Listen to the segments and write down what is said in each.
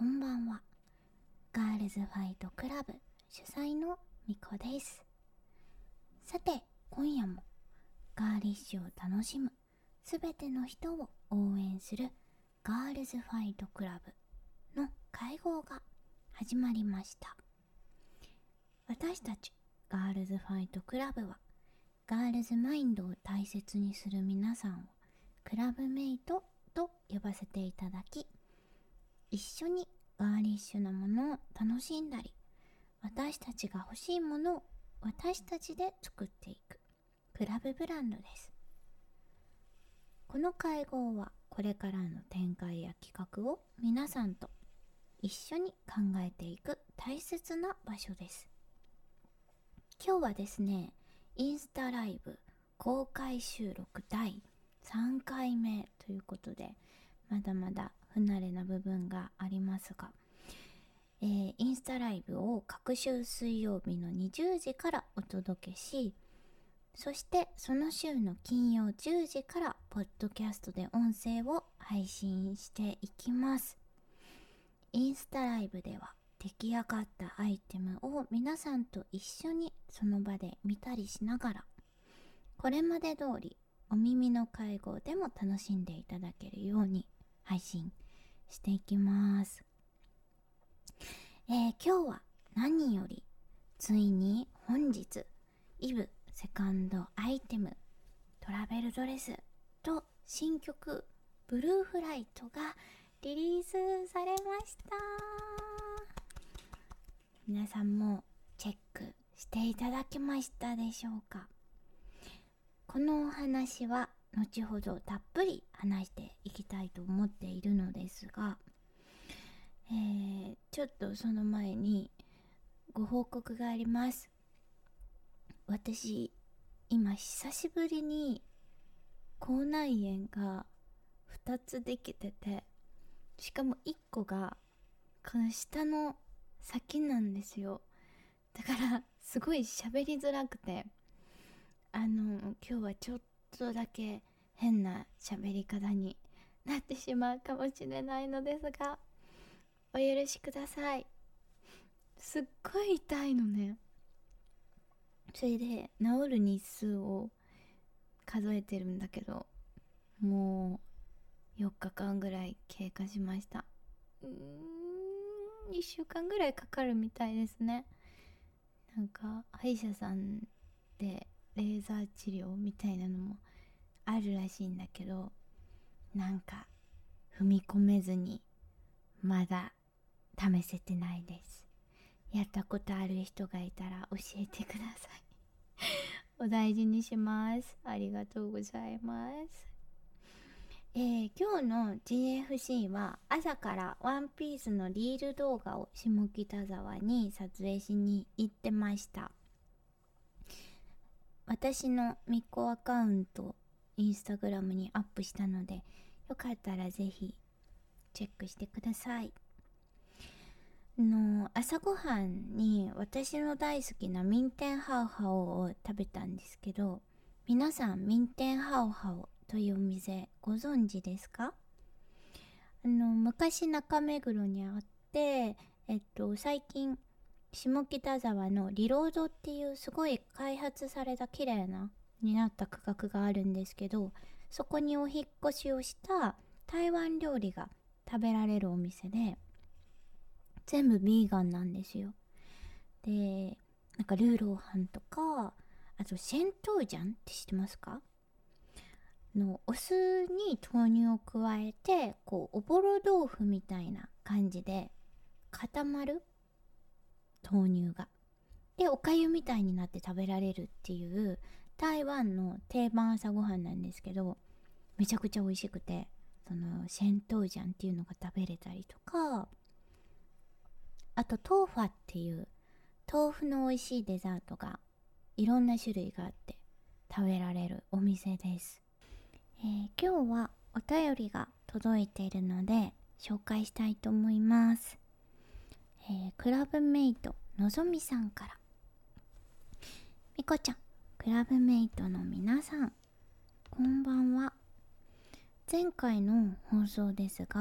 んばんは。ガールズファイトクラブ主催のみこです。さて、今夜もガーリッシュを楽しむすべての人を応援するガールズファイトクラブの会合が始まりました。私たちガールズファイトクラブはガールズマインドを大切にする皆さんをクラブメイトと呼ばせていただき、一緒にガーリッシュなものを楽しんだり、私たちが欲しいものを私たちで作っていくクラブブランドです。この会合はこれからの展開や企画を皆さんと一緒に考えていく大切な場所です。今日はですね、インスタライブ公開収録第3回目ということで、まだまだ不慣れな部分がありますが、インスタライブを各週水曜日の20時からお届けし、そしてその週の金曜10時からポッドキャストで音声を配信していきます。インスタライブでは出来上がったアイテムを皆さんと一緒にその場で見たりしながら、これまで通りお耳の会合でも楽しんでいただけるように配信していきます。今日は何よりついに本日イブセカンドアイテムトラベルドレスと新曲ブルーフライトがリリースされました。皆さんもチェックしていただけましたでしょうか。このお話は後ほどたっぷり話していきたいと思っているのですが、ちょっとその前にご報告があります。私今久しぶりに口内炎が2つできてて、しかも1個がこの下の先なんですよ。だからすごい喋りづらくて、今日はちょっとだけ変な喋り方になってしまうかもしれないのですが、お許しください。すっごい痛いのね。それで治る日数を数えてるんだけど、もう4日間ぐらい経過しました。1週間ぐらいかかるみたいですね。なんか歯医者さんでレーザー治療みたいなのもあるらしいんだけど、なんか踏み込めずにまだ試せてないです。やったことある人がいたら教えてください。お大事にします。ありがとうございます。今日の GFC は朝からワンピースのリール動画を下北沢に撮影しに行ってました。私のミコアカウントインスタグラムにアップしたので、よかったらぜひチェックしてください。朝ごはんに私の大好きなミンテンハオハオを食べたんですけど、皆さんミンテンハオハオというお店ご存知ですか？昔中目黒にあって、最近下北沢のリロードっていうすごい開発された綺麗なになった区画があるんですけど、そこにお引っ越しをした台湾料理が食べられるお店で、全部ビーガンなんですよ。で、なんかルーローハンとか、あとシェントウジャンって知ってますか？お酢に豆乳を加えて、こうおぼろ豆腐みたいな感じで固まる豆乳が、でお粥みたいになって食べられるっていう台湾の定番朝ごはんなんですけど、めちゃくちゃ美味しくて、そのシェントウジャンっていうのが食べれたりとか、あとトーファっていう豆腐の美味しいデザートがいろんな種類があって食べられるお店です。今日はお便りが届いているので紹介したいと思います。クラブメイトのぞみさんから。みこちゃん、クラブメイトの皆さん、こんばんは。前回の放送ですが、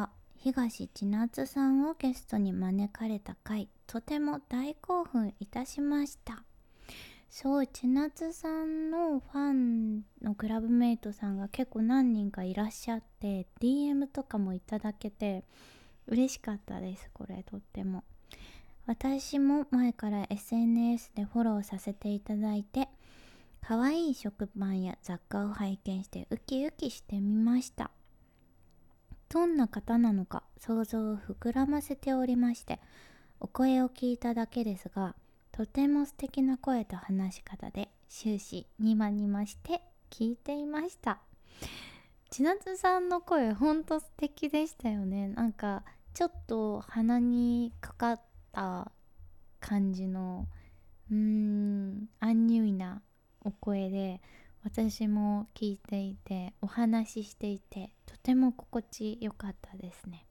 東千夏さんをゲストに招かれた回、とても大興奮いたしました。そう、千夏さんのファンのクラブメイトさんが結構何人かいらっしゃって、 DM とかもいただけて嬉しかったです。これとっても。私も前から SNS でフォローさせていただいて、可愛い食パンや雑貨を拝見してウキウキしてみました。どんな方なのか想像を膨らませておりまして、お声を聞いただけですが、とても素敵な声と話し方で終始ニマニマして聞いていました。千夏さんの声ほんと素敵でしたよね。なんかちょっと鼻にかかった感じのアンニュイなお声で、私も聞いていてお話ししていてとても心地よかったですね。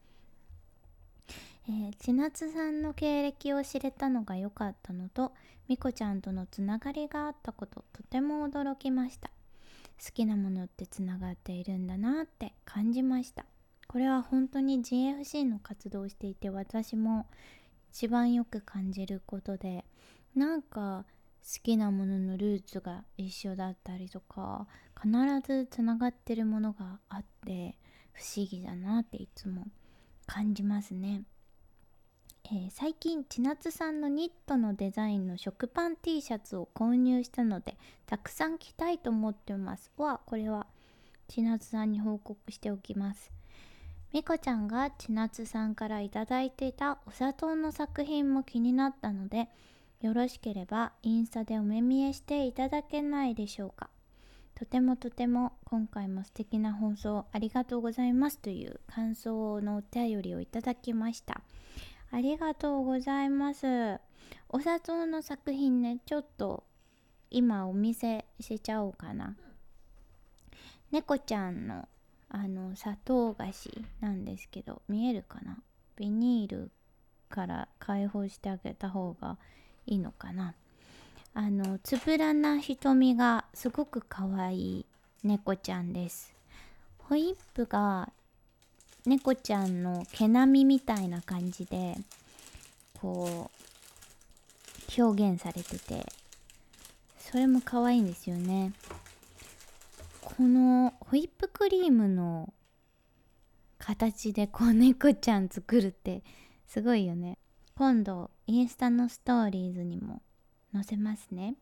千夏さんの経歴を知れたのが良かったのと、みこちゃんとのつながりがあったこと、とても驚きました。好きなものってつながっているんだなって感じました。これは本当に GFC の活動をしていて私も一番よく感じることで、なんか好きなもののルーツが一緒だったりとか、必ずつながってるものがあって不思議だなっていつも感じますね。最近千夏さんのニットのデザインの食パン T シャツを購入したので、たくさん着たいと思ってます。これは千夏さんに報告しておきます。みこちゃんが千夏さんからいただいていたお砂糖の作品も気になったので、よろしければインスタでお目見えしていただけないでしょうか。とても今回も素敵な放送ありがとうございますという感想のお便りをいただきました。ありがとうございます。お砂糖の作品ね、ちょっと今お見せしちゃおうかな。猫ちゃんの砂糖菓子なんですけど、見えるかな。ビニールから解放してあげた方がいいのかな。つぶらな瞳がすごく可愛い猫ちゃんです。ホイップが猫ちゃんの毛並みみたいな感じでこう表現されてて、それも可愛いんですよね。このホイップクリームの形でこう猫ちゃん作るってすごいよね。今度インスタのストーリーズにも載せますね。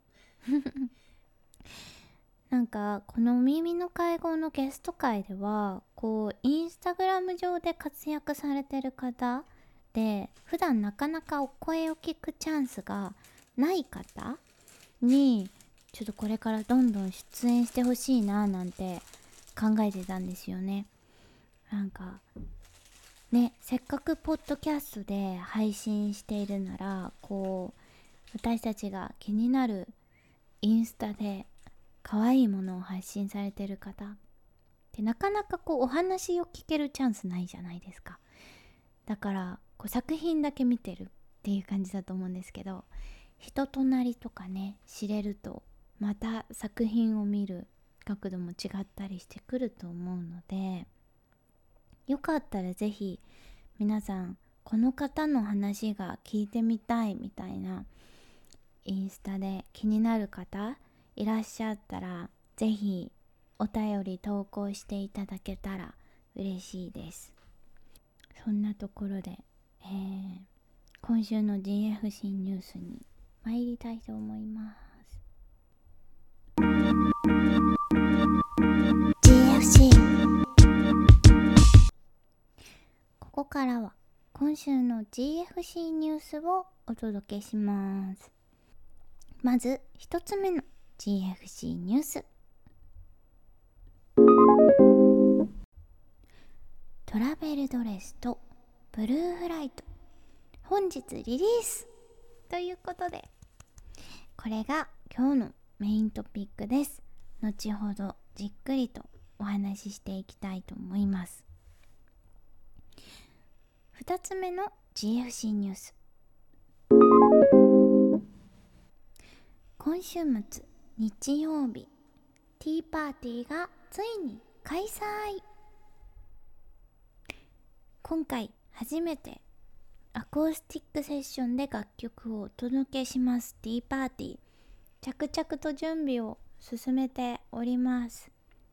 なんかこのお耳の会合のゲスト会ではこうインスタグラム上で活躍されてる方で、普段なかなかお声を聞くチャンスがない方にちょっとこれからどんどん出演してほしいななんて考えてたんですよね。なんかね、せっかくポッドキャストで配信しているなら、こう私たちが気になるインスタで可愛いものを発信されてる方ってなかなかこうお話を聞けるチャンスないじゃないですか。だからこう作品だけ見てるっていう感じだと思うんですけど、人となりとかね知れるとまた作品を見る角度も違ったりしてくると思うので、よかったらぜひ皆さんこの方の話が聞いてみたいみたいなインスタで気になる方いらっしゃったら、ぜひお便り投稿していただけたら嬉しいです。そんなところで、今週の GFC ニュースに参りたいと思います。 GFC、 ここからは今週の GFC ニュースをお届けします。まず一つ目の GFC ニュース、トラベルドレスとブルーフライト本日リリースということで、これが今日のメイントピックです。後ほどじっくりとお話ししていきたいと思います。2つ目の GFC ニュース、今週末日曜日、ティーパーティーがついに開催。 今回初めてアコースティックセッションで楽曲をお届けします。ティーパーティー、着々と準備を進めております。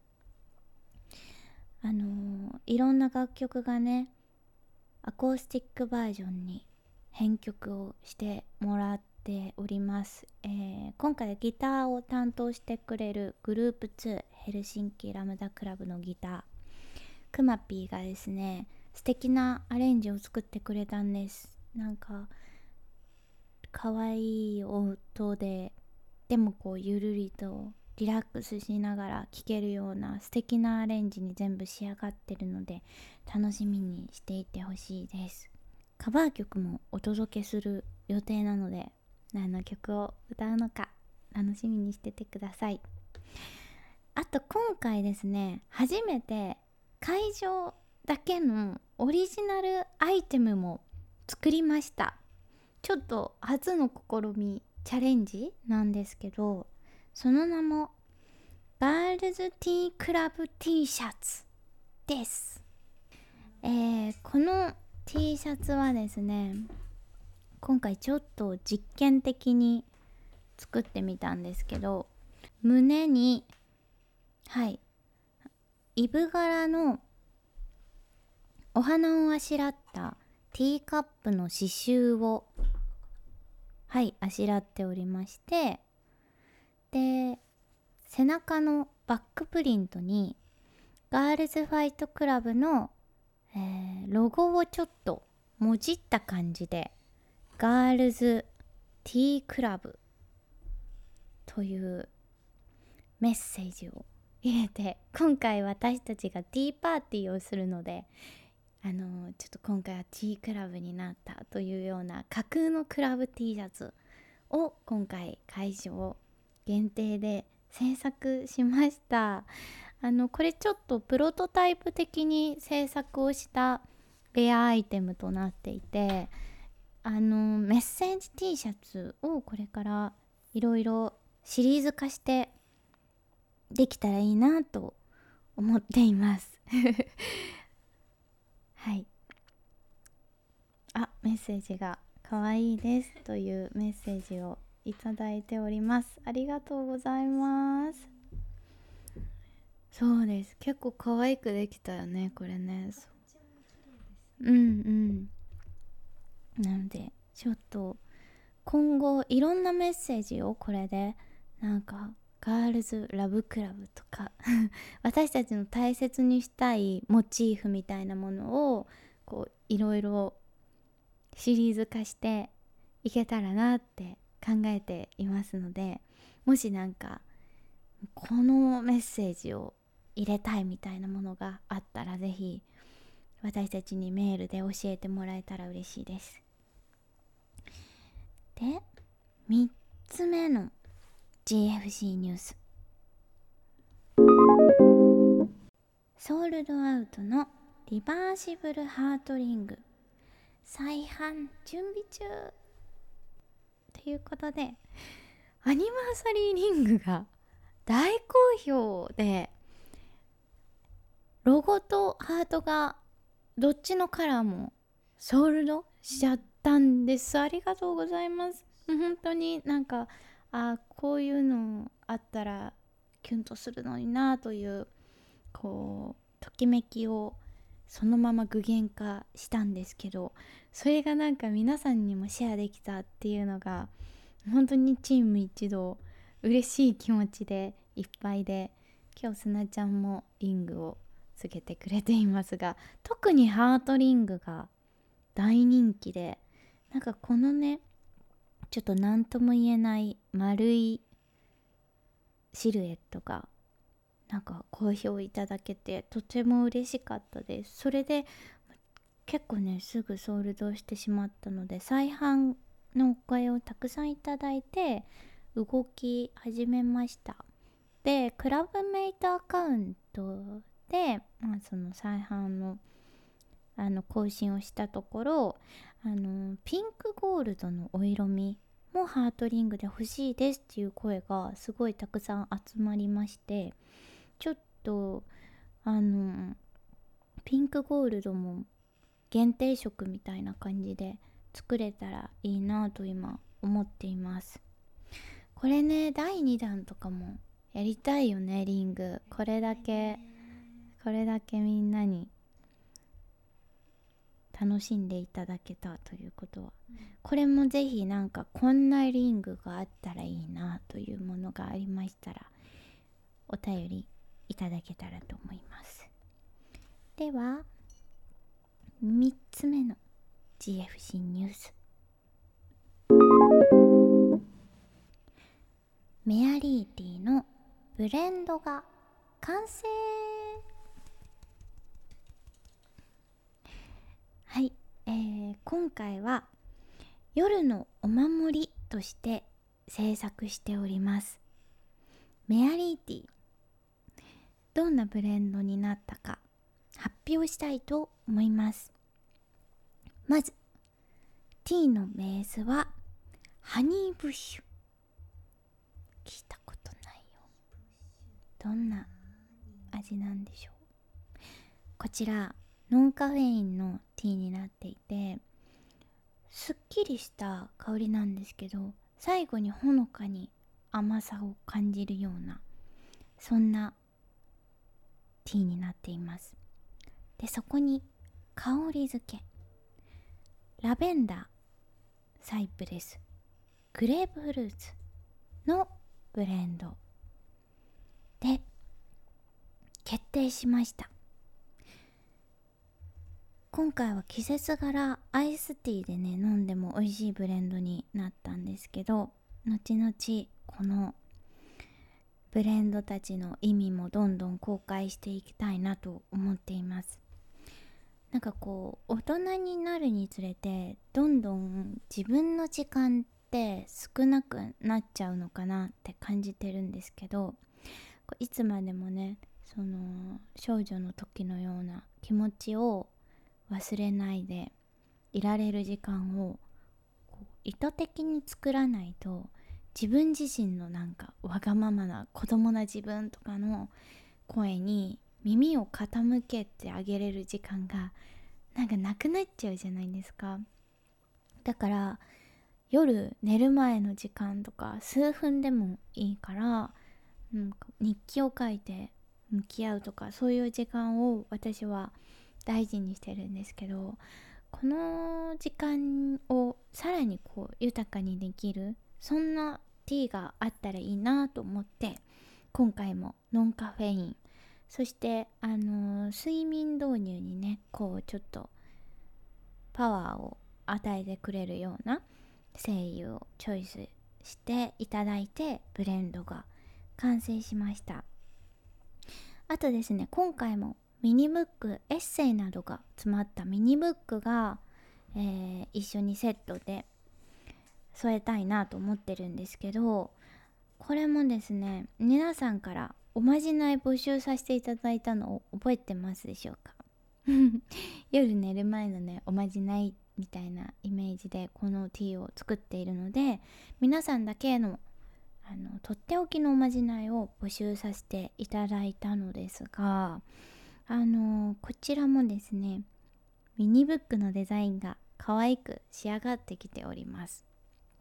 いろんな楽曲がね、アコースティックバージョンに編曲をしてもらっております。今回ギターを担当してくれるグループ2ヘルシンキラムダクラブのギタークマピーがですね、素敵なアレンジを作ってくれたんです。なんか可愛い音で、でもこうゆるりとリラックスしながら聴けるような素敵なアレンジに全部仕上がってるので、楽しみにしていてほしいです。カバー曲もお届けする予定なので、何の曲を歌うのか楽しみにしててください。あと今回ですね、初めて会場だけのオリジナルアイテムも作りました。ちょっと初の試み、チャレンジなんですけど、その名もガールズティークラブ T シャツです。この T シャツはですね、今回ちょっと実験的に作ってみたんですけど、胸にイブ柄のお花をあしらったティーカップの刺繍をあしらっておりまして、で背中のバックプリントにガールズファイトクラブの、ロゴをちょっともじった感じでガールズティークラブというメッセージを入れて、今回私たちがティーパーティーをするので、ちょっと今回はティークラブになったというような架空のクラブ T シャツを今回会場限定で制作しました。これちょっとプロトタイプ的に制作をしたレアアイテムとなっていて、メッセージ T シャツをこれからいろいろシリーズ化してできたらいいなと思っていますメッセージが可愛いですというメッセージをいただいております。ありがとうございます。そうです、結構可愛くできたよね、これね。なのでちょっと今後いろんなメッセージをこれでなんかガールズラブクラブとか私たちの大切にしたいモチーフみたいなものをこういろいろシリーズ化していけたらなって考えていますので、もしなんかこのメッセージを入れたいみたいなものがあったら、ぜひ私たちにメールで教えてもらえたら嬉しいです。で、3つ目の GFC ニュース、ソールドアウトのリバーシブルハートリング再販準備中ということで、アニバーサリーリングが大好評で、ロゴとハートがどっちのカラーもソールドしちゃったんです。ありがとうございます。本当になんかこういうのあったらキュンとするのになというこうときめきをそのまま具現化したんですけど、それがなんか皆さんにもシェアできたっていうのが本当にチーム一同嬉しい気持ちでいっぱいで、今日すなちゃんもリングをつけてくれていますが、特にハートリングが大人気で、なんかこのねちょっと何とも言えない丸いシルエットがなんか好評いただけてとても嬉しかったです。それで結構ねすぐソールドしてしまったので、再販のお声をたくさんいただいて動き始めました。でクラブメイトアカウントで、その再販の更新をしたところ、ピンクゴールドのお色味もハートリングで欲しいですっていう声がすごいたくさん集まりまして、ちょっとピンクゴールドも限定色みたいな感じで作れたらいいなと今思っています。これね、第2弾とかもやりたいよね。リングこれだけみんなに楽しんでいただけたということは、これもぜひなんかこんなリングがあったらいいなというものがありましたらお便りいただけたらと思います。では3つ目の GFC ニュース。メアリーティーのブレンドが完成。はい、今回は夜のお守りとして制作しておりますメアリーティー。どんなブレンドになったか発表したいと思います。まずティーのベースはハニーブッシュ。聞いたことないよ。どんな味なんでしょう。こちらノンカフェインのティーになっていて、すっきりした香りなんですけど、最後にほのかに甘さを感じるような、そんなティーになっています。で、そこに香り付け、ラベンダー、サイプレス、グレープフルーツのブレンドで決定しました。今回は季節柄アイスティーでね、飲んでも美味しいブレンドになったんですけど、後々このブレンドたちの意味もどんどん公開していきたいなと思っています。なんかこう大人になるにつれてどんどん自分の時間って少なくなっちゃうのかなって感じてるんですけど、いつまでもね、その少女の時のような気持ちを忘れないでいられる時間をこう意図的に作らないと、自分自身のなんかわがままな子供な自分とかの声に耳を傾けてあげれる時間がなんかなくなっちゃうじゃないですか。だから夜寝る前の時間とか数分でもいいから、日記を書いて向き合うとか、そういう時間を私は大事にしてるんですけど、この時間をさらにこう豊かにできる、そんなティーがあったらいいなと思って、今回もノンカフェイン、そして睡眠導入にね、こうちょっとパワーを与えてくれるような精油をチョイスしていただいて、ブレンドが完成しました。あとですね、今回もミニブック、エッセイなどが詰まったミニブックが、一緒にセットで添えたいなと思ってるんですけど、これもですね、皆さんからおまじない募集させていただいたのを覚えてますでしょうか。夜寝る前のね、おまじないみたいなイメージでこのティーを作っているので、皆さんだけのとっておきのおまじないを募集させていただいたのですが、こちらもですね、ミニブックのデザインが可愛く仕上がってきております。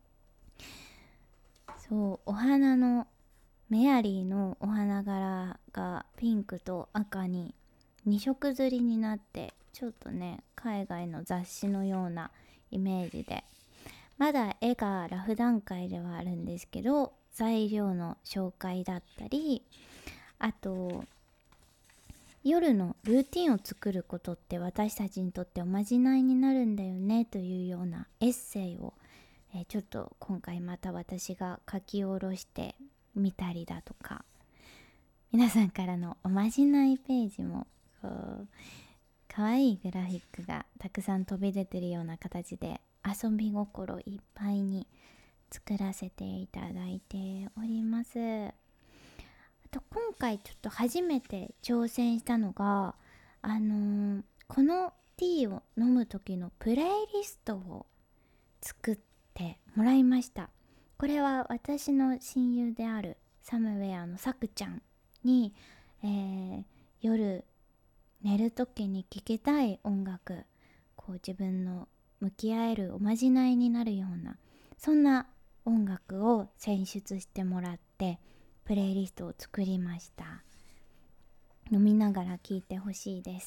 そう、お花のメアリーのお花柄がピンクと赤に2色刷りになって、ちょっとね、海外の雑誌のようなイメージで、まだ絵がラフ段階ではあるんですけど、材料の紹介だったり、あと夜のルーティンを作ることって私たちにとっておまじないになるんだよねというようなエッセイを、ちょっと今回また私が書き下ろしてみたりだとか、皆さんからのおまじないページもこう可愛いグラフィックがたくさん飛び出てるような形で、遊び心いっぱいに作らせていただいております。あと今回ちょっと初めて挑戦したのが、このティーを飲む時のプレイリストを作ってもらいました。これは私の親友であるサムウェアのさくちゃんに、夜寝る時に聴きたい音楽、 こう自分の向き合えるおまじないになるような、そんな音楽を選出してもらってプレイリストを作りました。飲みながら聴いてほしいです。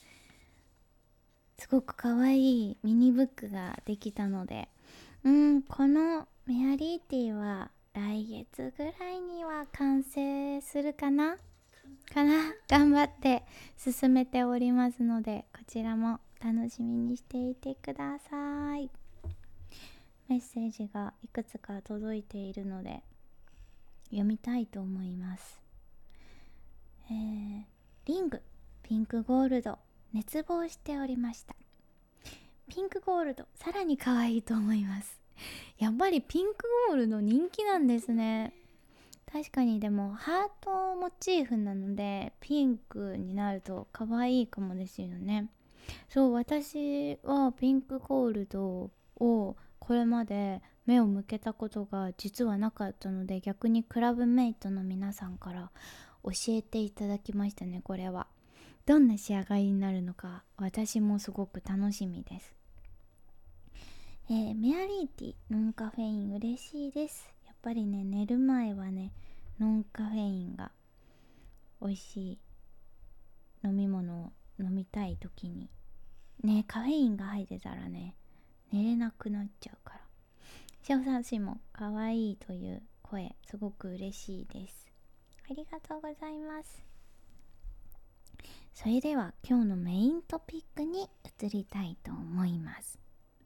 すごくかわいいミニブックができたので、このメアリーティーは来月ぐらいには完成するかな頑張って進めておりますので、こちらも楽しみにしていてください。メッセージがいくつか届いているので読みたいと思います。リングピンクゴールド熱望しておりました。ピンクゴールドさらに可愛いと思います。やっぱりピンクゴールド人気なんですね。確かに、でもハートモチーフなのでピンクになると可愛いかもですよね。そう、私はピンクゴールドをこれまで目を向けたことが実はなかったので、逆にクラブメイトの皆さんから教えていただきましたね。これはどんな仕上がりになるのか私もすごく楽しみです。メアリーティーノンカフェイン嬉しいです。やっぱりね、寝る前はねノンカフェインが美味しい飲み物を飲みたい時にね、カフェインが入ってたらね寝れなくなっちゃうから。シャオさん氏も可愛いという声すごく嬉しいです。ありがとうございます。それでは今日のメイントピックに移りたいと思います。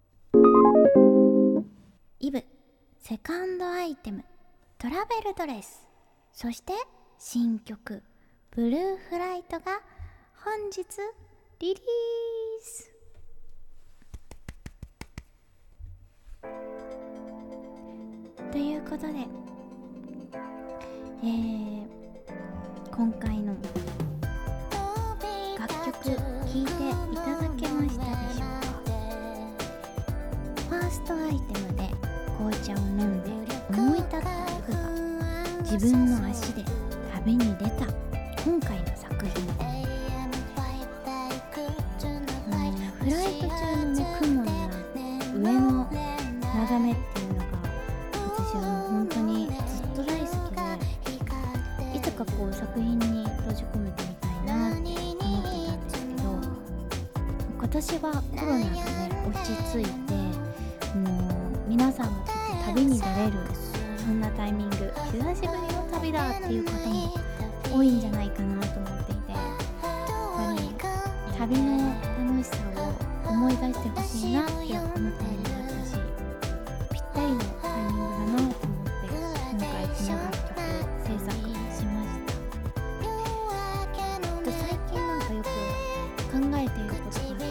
イブセカンドアイテムトラベルドレス、そして新曲ブルーフライトが本日リリース。ということで、今回の楽曲聴いていただけましたでしょうか。ファーストアイテムで紅茶を飲んで思い立ったイブが自分の足で旅に出た今回の作品。フライト中のね雲の上の眺めっていうのが私はもう本当にずっと大好きで、いつかこう作品に閉じ込めてみたいなって思ってたんですけど、今年はコロナがね落ち着いて皆さんもちょっと旅に出れるそんなタイミング、久しぶりの旅だっていう方も多いんじゃないかなと思っていて、やっぱり旅の楽しさを思い出してほしいなって思ったので、私ぴったりのタイミングだなと思って今回この楽曲を制作しました。最近なんかよく考えていることがあって、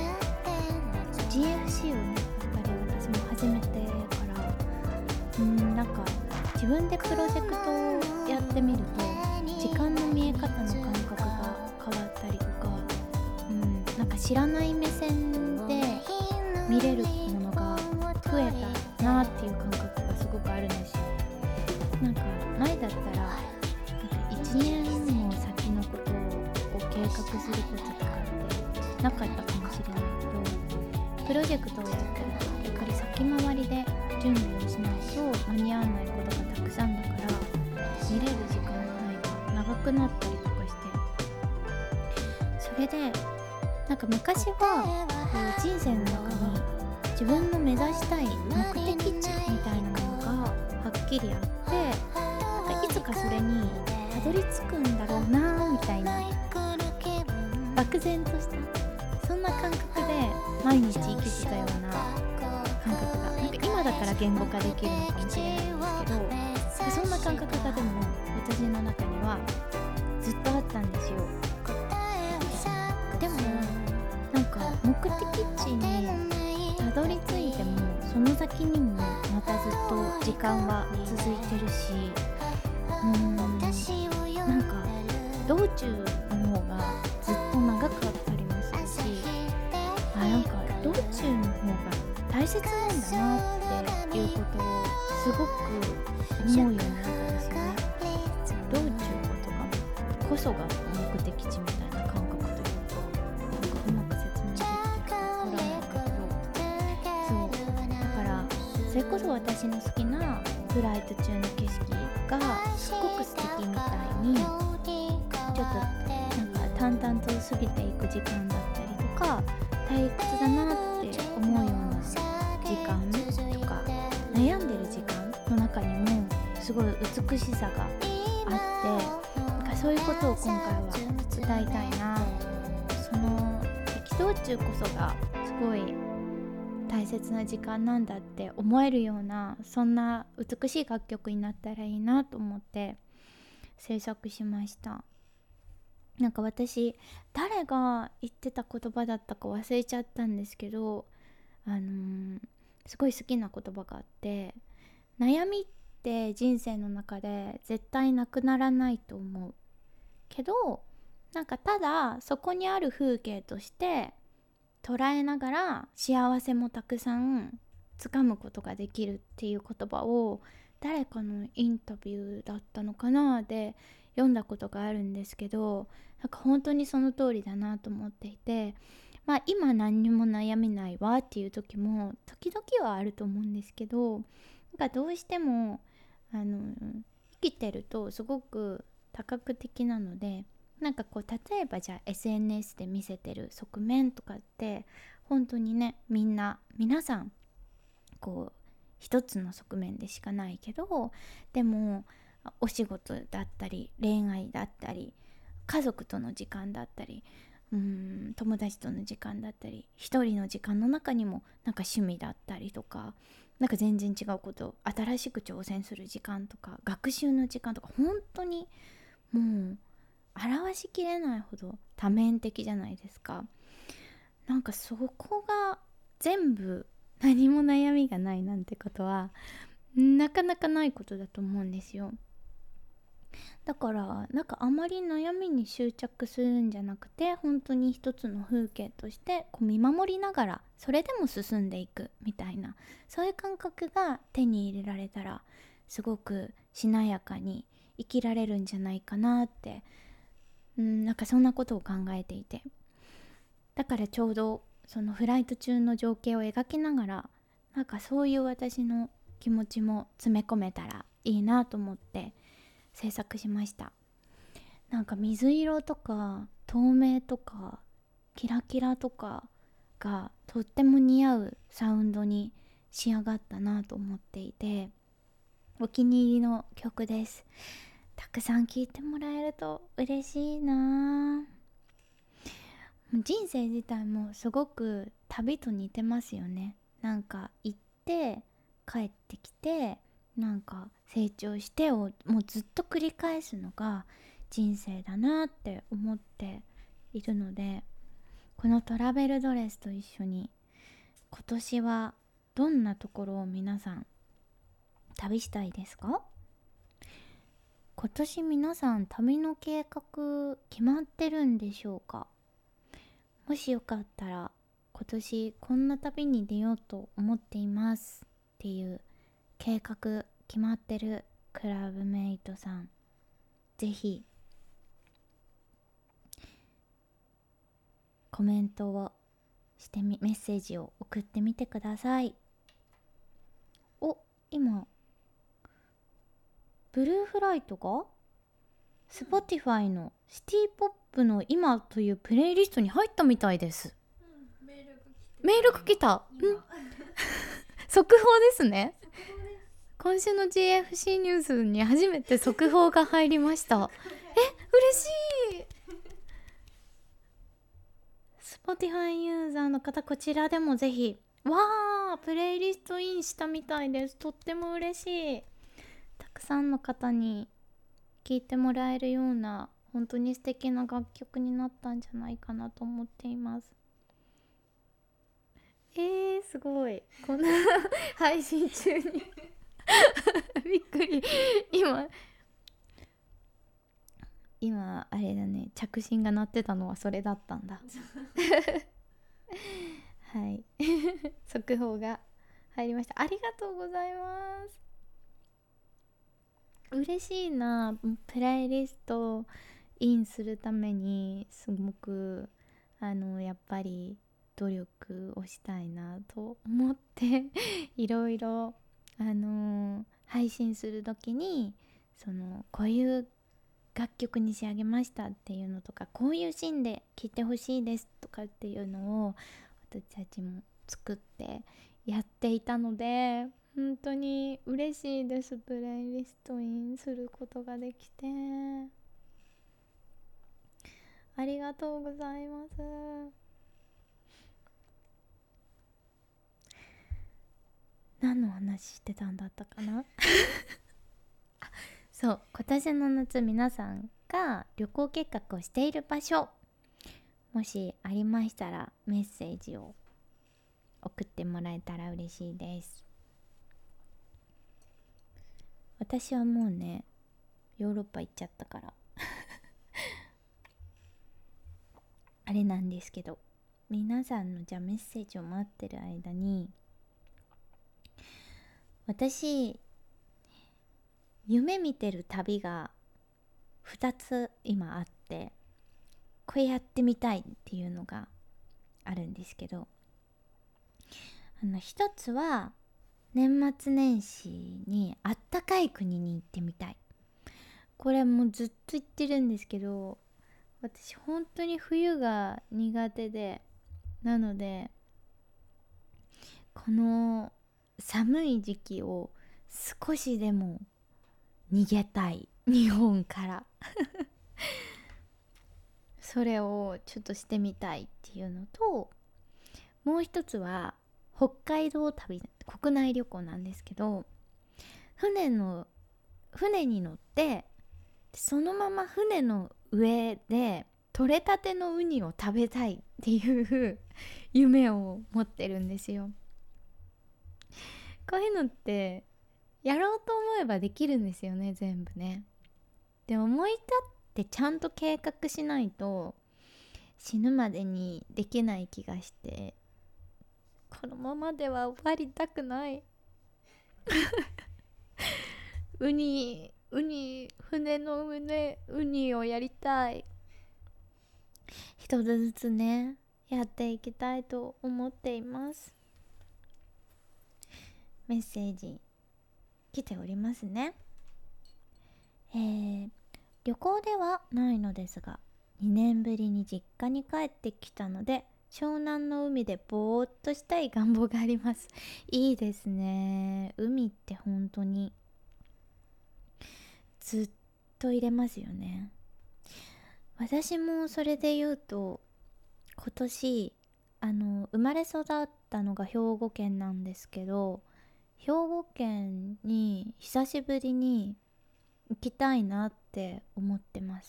GFC をねやっぱり私も始めてからなんか自分でプロジェクトをやってみると時間の見え方の感覚が変わったりとか、なんか知らない目線で見れるものが増えたなっていう感覚がすごくあるんですよ。なんか前だったら1年も先のことを計画することとかってなかったかもしれないけど、プロジェクトをやってるとやっぱり先回りで準備をしないと間に合わないことがたくさんだから、見れる時間が長くなったりとかして、それでなんか昔は人生の中に自分の目指したい目的地みたいなものがはっきりあって、いつかそれにたどり着くんだろうなみたいな漠然としたそんな感覚で毎日生きてたような感覚が、なんか今だから言語化できるのかもしれないんですけど、そんな感覚がでも私の中にはずっとあったんですよ。でもなんか目的地にたどり着いてもその先にもまたずっと時間は続いてるし、なんか道中の方がずっと長くあったりもするし、なんか道中の方が大切なんだなっていうことをすごく思うようになったんですよね。道中ことかこそが目的地みたいな感覚というか、なんかうまく説明できてるかわ私の好きなフライト中の景色がすごく素敵みたいに、ちょっとなんか淡々と過ぎていく時間だったりとか、退屈だなって思うような時間とか、悩んでる時間の中にもすごい美しさがあって、なんかそういうことを今回は伝えたいな。その激道中こそがすごい大切な時間なんだって思えるような、そんな美しい楽曲になったらいいなと思って制作しました。なんか私、誰が言ってた言葉だったか忘れちゃったんですけど、すごい好きな言葉があって、悩みって人生の中で絶対なくならないと思うけど、なんかただそこにある風景として捉えながら幸せもたくさんつかむことができるっていう言葉を、誰かのインタビューだったのかなで読んだことがあるんですけど、なんか本当にその通りだなと思っていて、今何にも悩みないわっていう時も時々はあると思うんですけど、なんかどうしても生きてるとすごく多角的なので、なんかこう例えばじゃあ SNS で見せてる側面とかって本当にね、皆さんこう一つの側面でしかないけど、でもお仕事だったり恋愛だったり家族との時間だったり、友達との時間だったり、一人の時間の中にもなんか趣味だったりとか、なんか全然違うこと、新しく挑戦する時間とか学習の時間とか、本当にもう表しきれないほど多面的じゃないですか。なんかそこが全部何も悩みがないなんてことはなかなかないことだと思うんですよ。だからなんかあまり悩みに執着するんじゃなくて、本当に一つの風景としてこう見守りながらそれでも進んでいくみたいな、そういう感覚が手に入れられたらすごくしなやかに生きられるんじゃないかなって、なんかそんなことを考えていて、だからちょうどそのフライト中の情景を描きながら、なんかそういう私の気持ちも詰め込めたらいいなと思って制作しました。なんか水色とか透明とかキラキラとかがとっても似合うサウンドに仕上がったなと思っていて、お気に入りの曲です。たくさん聴いてもらえると嬉しいな。人生自体もすごく旅と似てますよね。なんか行って帰ってきて、なんか成長してをもうずっと繰り返すのが人生だなって思っているので、このトラベルドレスと一緒に今年はどんなところを皆さん旅したいですか？今年皆さん旅の計画決まってるんでしょうか？もしよかったら今年こんな旅に出ようと思っていますっていう計画決まってるクラブメイトさん、ぜひコメントをしてメッセージを送ってみてください。今ブルーフライトが Spotify のシティポップの今というプレイリストに入ったみたいです。メールが来た。速報ですね。今週の GFC ニュースに初めて速報が入りました。嬉しい。Spotify ユーザーの方、こちらでもぜひ。プレイリストインしたみたいです。とっても嬉しい。たくさんの方に聴いてもらえるような本当に素敵な楽曲になったんじゃないかなと思っています。すごい。こんな配信中にびっくり。今あれだね、着信が鳴ってたのはそれだったんだ。はい速報が入りました。ありがとうございます。嬉しいな。プレイリストインするためにすごくやっぱり努力をしたいなと思っていろいろ配信する時にこういう楽曲に仕上げましたっていうのとか、こういうシーンで聴いてほしいですとかっていうのを私たちも作ってやっていたので、本当に嬉しいです。プレイリストインすることができてありがとうございます。何の話してたんだったかなそう、今年の夏皆さんが旅行計画をしている場所、もしありましたらメッセージを送ってもらえたら嬉しいです。私はもうね、ヨーロッパ行っちゃったからあれなんですけど、皆さんのじゃあメッセージを待ってる間に、私夢見てる旅が2つ今あって、これやってみたいっていうのがあるんですけど、一つは年末年始にあったかい国に行ってみたい。これもうずっと言ってるんですけど、私本当に冬が苦手で、なのでこの寒い時期を少しでも逃げたい、日本からそれをちょっとしてみたいっていうのと、もう一つは北海道旅、国内旅行なんですけど、船に乗ってそのまま船の上で取れたてのウニを食べたいっていう夢を持ってるんですよ。こういうのってやろうと思えばできるんですよね、全部ね。でも思い立ってちゃんと計画しないと死ぬまでにできない気がして、このままでは終わりたくない船の上ウニをやりたい。一つずつね、やっていきたいと思っています。メッセージ来ておりますね。旅行ではないのですが、2年ぶりに実家に帰ってきたので、湘南の海でぼーっとしたい願望があります。いいですね。海って本当にずっと入れますよね。私もそれで言うと、今年生まれ育ったのが兵庫県なんですけど、兵庫県に久しぶりに行きたいなって思ってます。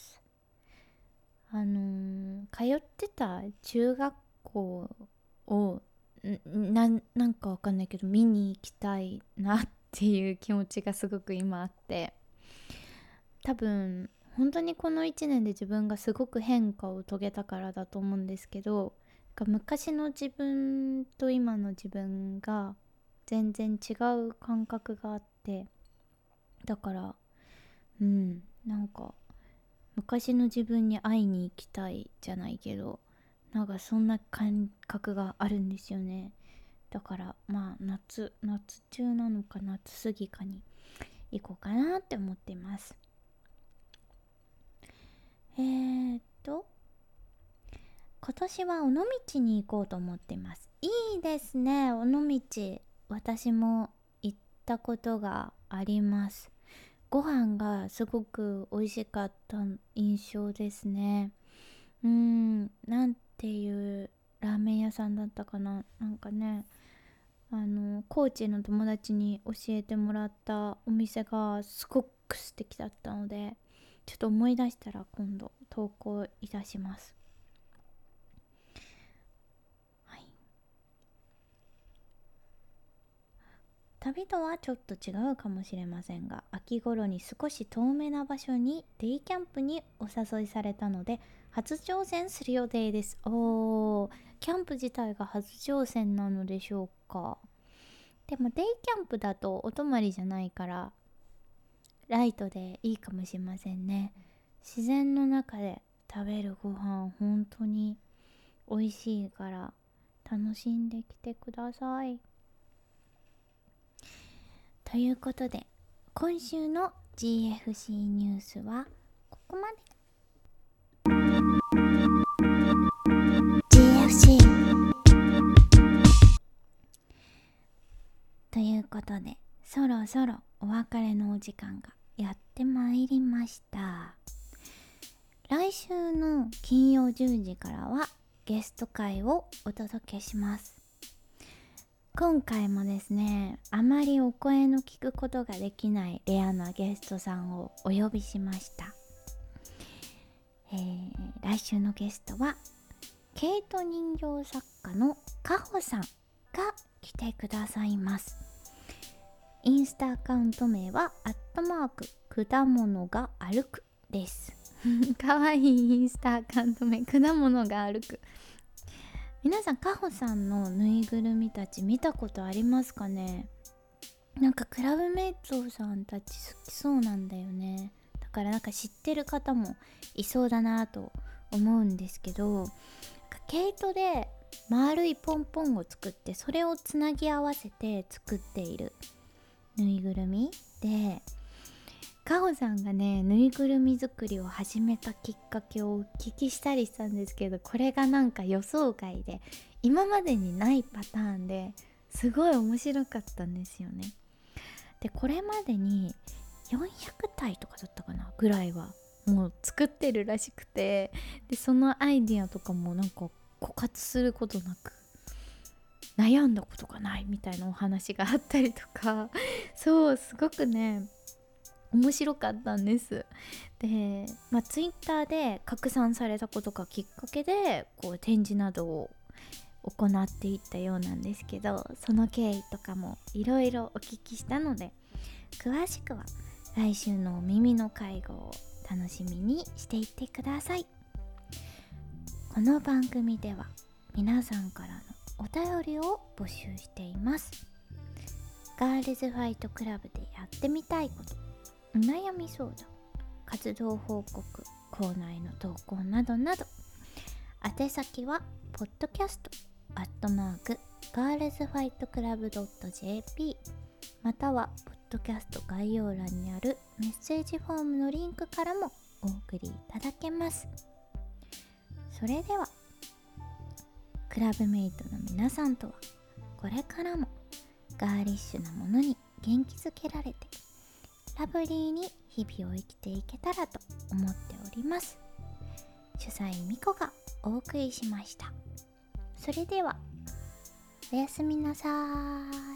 通ってた中学校をなんかわかんないけど見に行きたいなっていう気持ちがすごく今あって、多分本当にこの1年で自分がすごく変化を遂げたからだと思うんですけど、昔の自分と今の自分が全然違う感覚があって、だからなんか昔の自分に会いに行きたいじゃないけど、なんかそんな感覚があるんですよね。だからまあ夏中なのか夏過ぎかに行こうかなって思っています。今年は尾道に行こうと思っています。いいですね、尾道。私も行ったことがあります。ご飯がすごく美味しかった印象ですね。なんていうラーメン屋さんだったかな。なんかね、高知の友達に教えてもらったお店がすごく素敵だったので、ちょっと思い出したら今度投稿いたします。はい。旅とはちょっと違うかもしれませんが、秋頃に少し遠めな場所にデイキャンプにお誘いされたので初挑戦する予定です。キャンプ自体が初挑戦なのでしょうか。でもデイキャンプだとお泊まりじゃないからライトでいいかもしれませんね。自然の中で食べるご飯本当に美味しいから楽しんできてください。 ということで今週の GFC ニュースはここまで。 GFC ということでそろそろお別れのお時間がやってまいりました。来週の金曜10時からはゲスト会をお届けします。今回もですね、あまりお声の聞くことができないレアなゲストさんをお呼びしました。来週のゲストは毛糸人形作家のかほさんが来てくださいます。インスタアカウント名は果物が歩くですかわいいインスタアカウント名、果物が歩く。皆さんかほさんのぬいぐるみたち見たことありますかね。なんかクラブメイトさんたち好きそうなんだよね。だからなんか知ってる方もいそうだなと思うんですけど、毛糸で丸いポンポンを作ってそれをつなぎ合わせて作っているぬいぐるみで、かほさんがねぬいぐるみ作りを始めたきっかけをお聞きしたりしたんですけど、これがなんか予想外で今までにないパターンですごい面白かったんですよね。でこれまでに400体とかだったかなぐらいはもう作ってるらしくて、でそのアイディアとかもなんか枯渇することなく悩んだことがないみたいなお話があったりとかそうすごくね面白かったんです。で、ツイッターで拡散されたことがきっかけでこう展示などを行っていったようなんですけど、その経緯とかもいろいろお聞きしたので、詳しくは来週のお耳の会合を楽しみにしていってください。この番組では皆さんからのお便りを募集しています。ガールズファイトクラブでやってみたいこと、お悩み相談、活動報告、コーナーへの投稿などなど、宛先はpodcast@girlsfightclub.jp またはポッドキャスト概要欄にあるメッセージフォームのリンクからもお送りいただけます。それではクラブメイトの皆さんとはこれからもガーリッシュなものに元気づけられてラブリーに日々を生きていけたらと思っております。主催みこがお送りしました。それではおやすみなさーい。